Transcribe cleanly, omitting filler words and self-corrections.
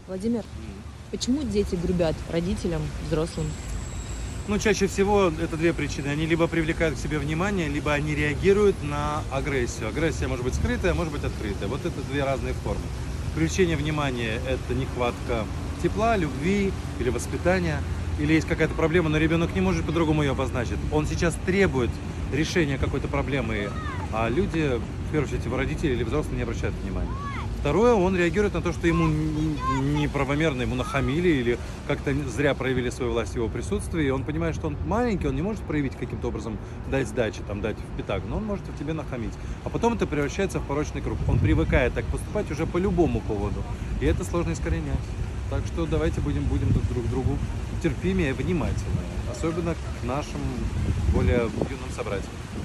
Владимир, почему дети грубят родителям, взрослым? Ну, чаще всего это две причины. Они либо привлекают к себе внимание, либо они реагируют на агрессию. Агрессия может быть скрытая, может быть открытая. Вот это две разные формы. Привлечение внимания– это нехватка тепла, любви или воспитания. Или есть какая-то проблема, но ребенок не может по-другому ее обозначить. Он сейчас требует решения какой-то проблемы, а люди, в первую очередь его родители или взрослые, не обращают внимания. Второе, он реагирует на то, что ему неправомерно, ему нахамили или как-то зря проявили свою власть в его присутствии. И он понимает, что он маленький, он не может проявить каким-то образом, дать сдачи, там, дать в пятак, но он может в тебе нахамить. А потом это превращается в порочный круг. Он привыкает так поступать уже по любому поводу. И это сложно искоренять. Так что давайте будем друг к другу терпимее и внимательнее. Особенно к нашим более юным собратьям.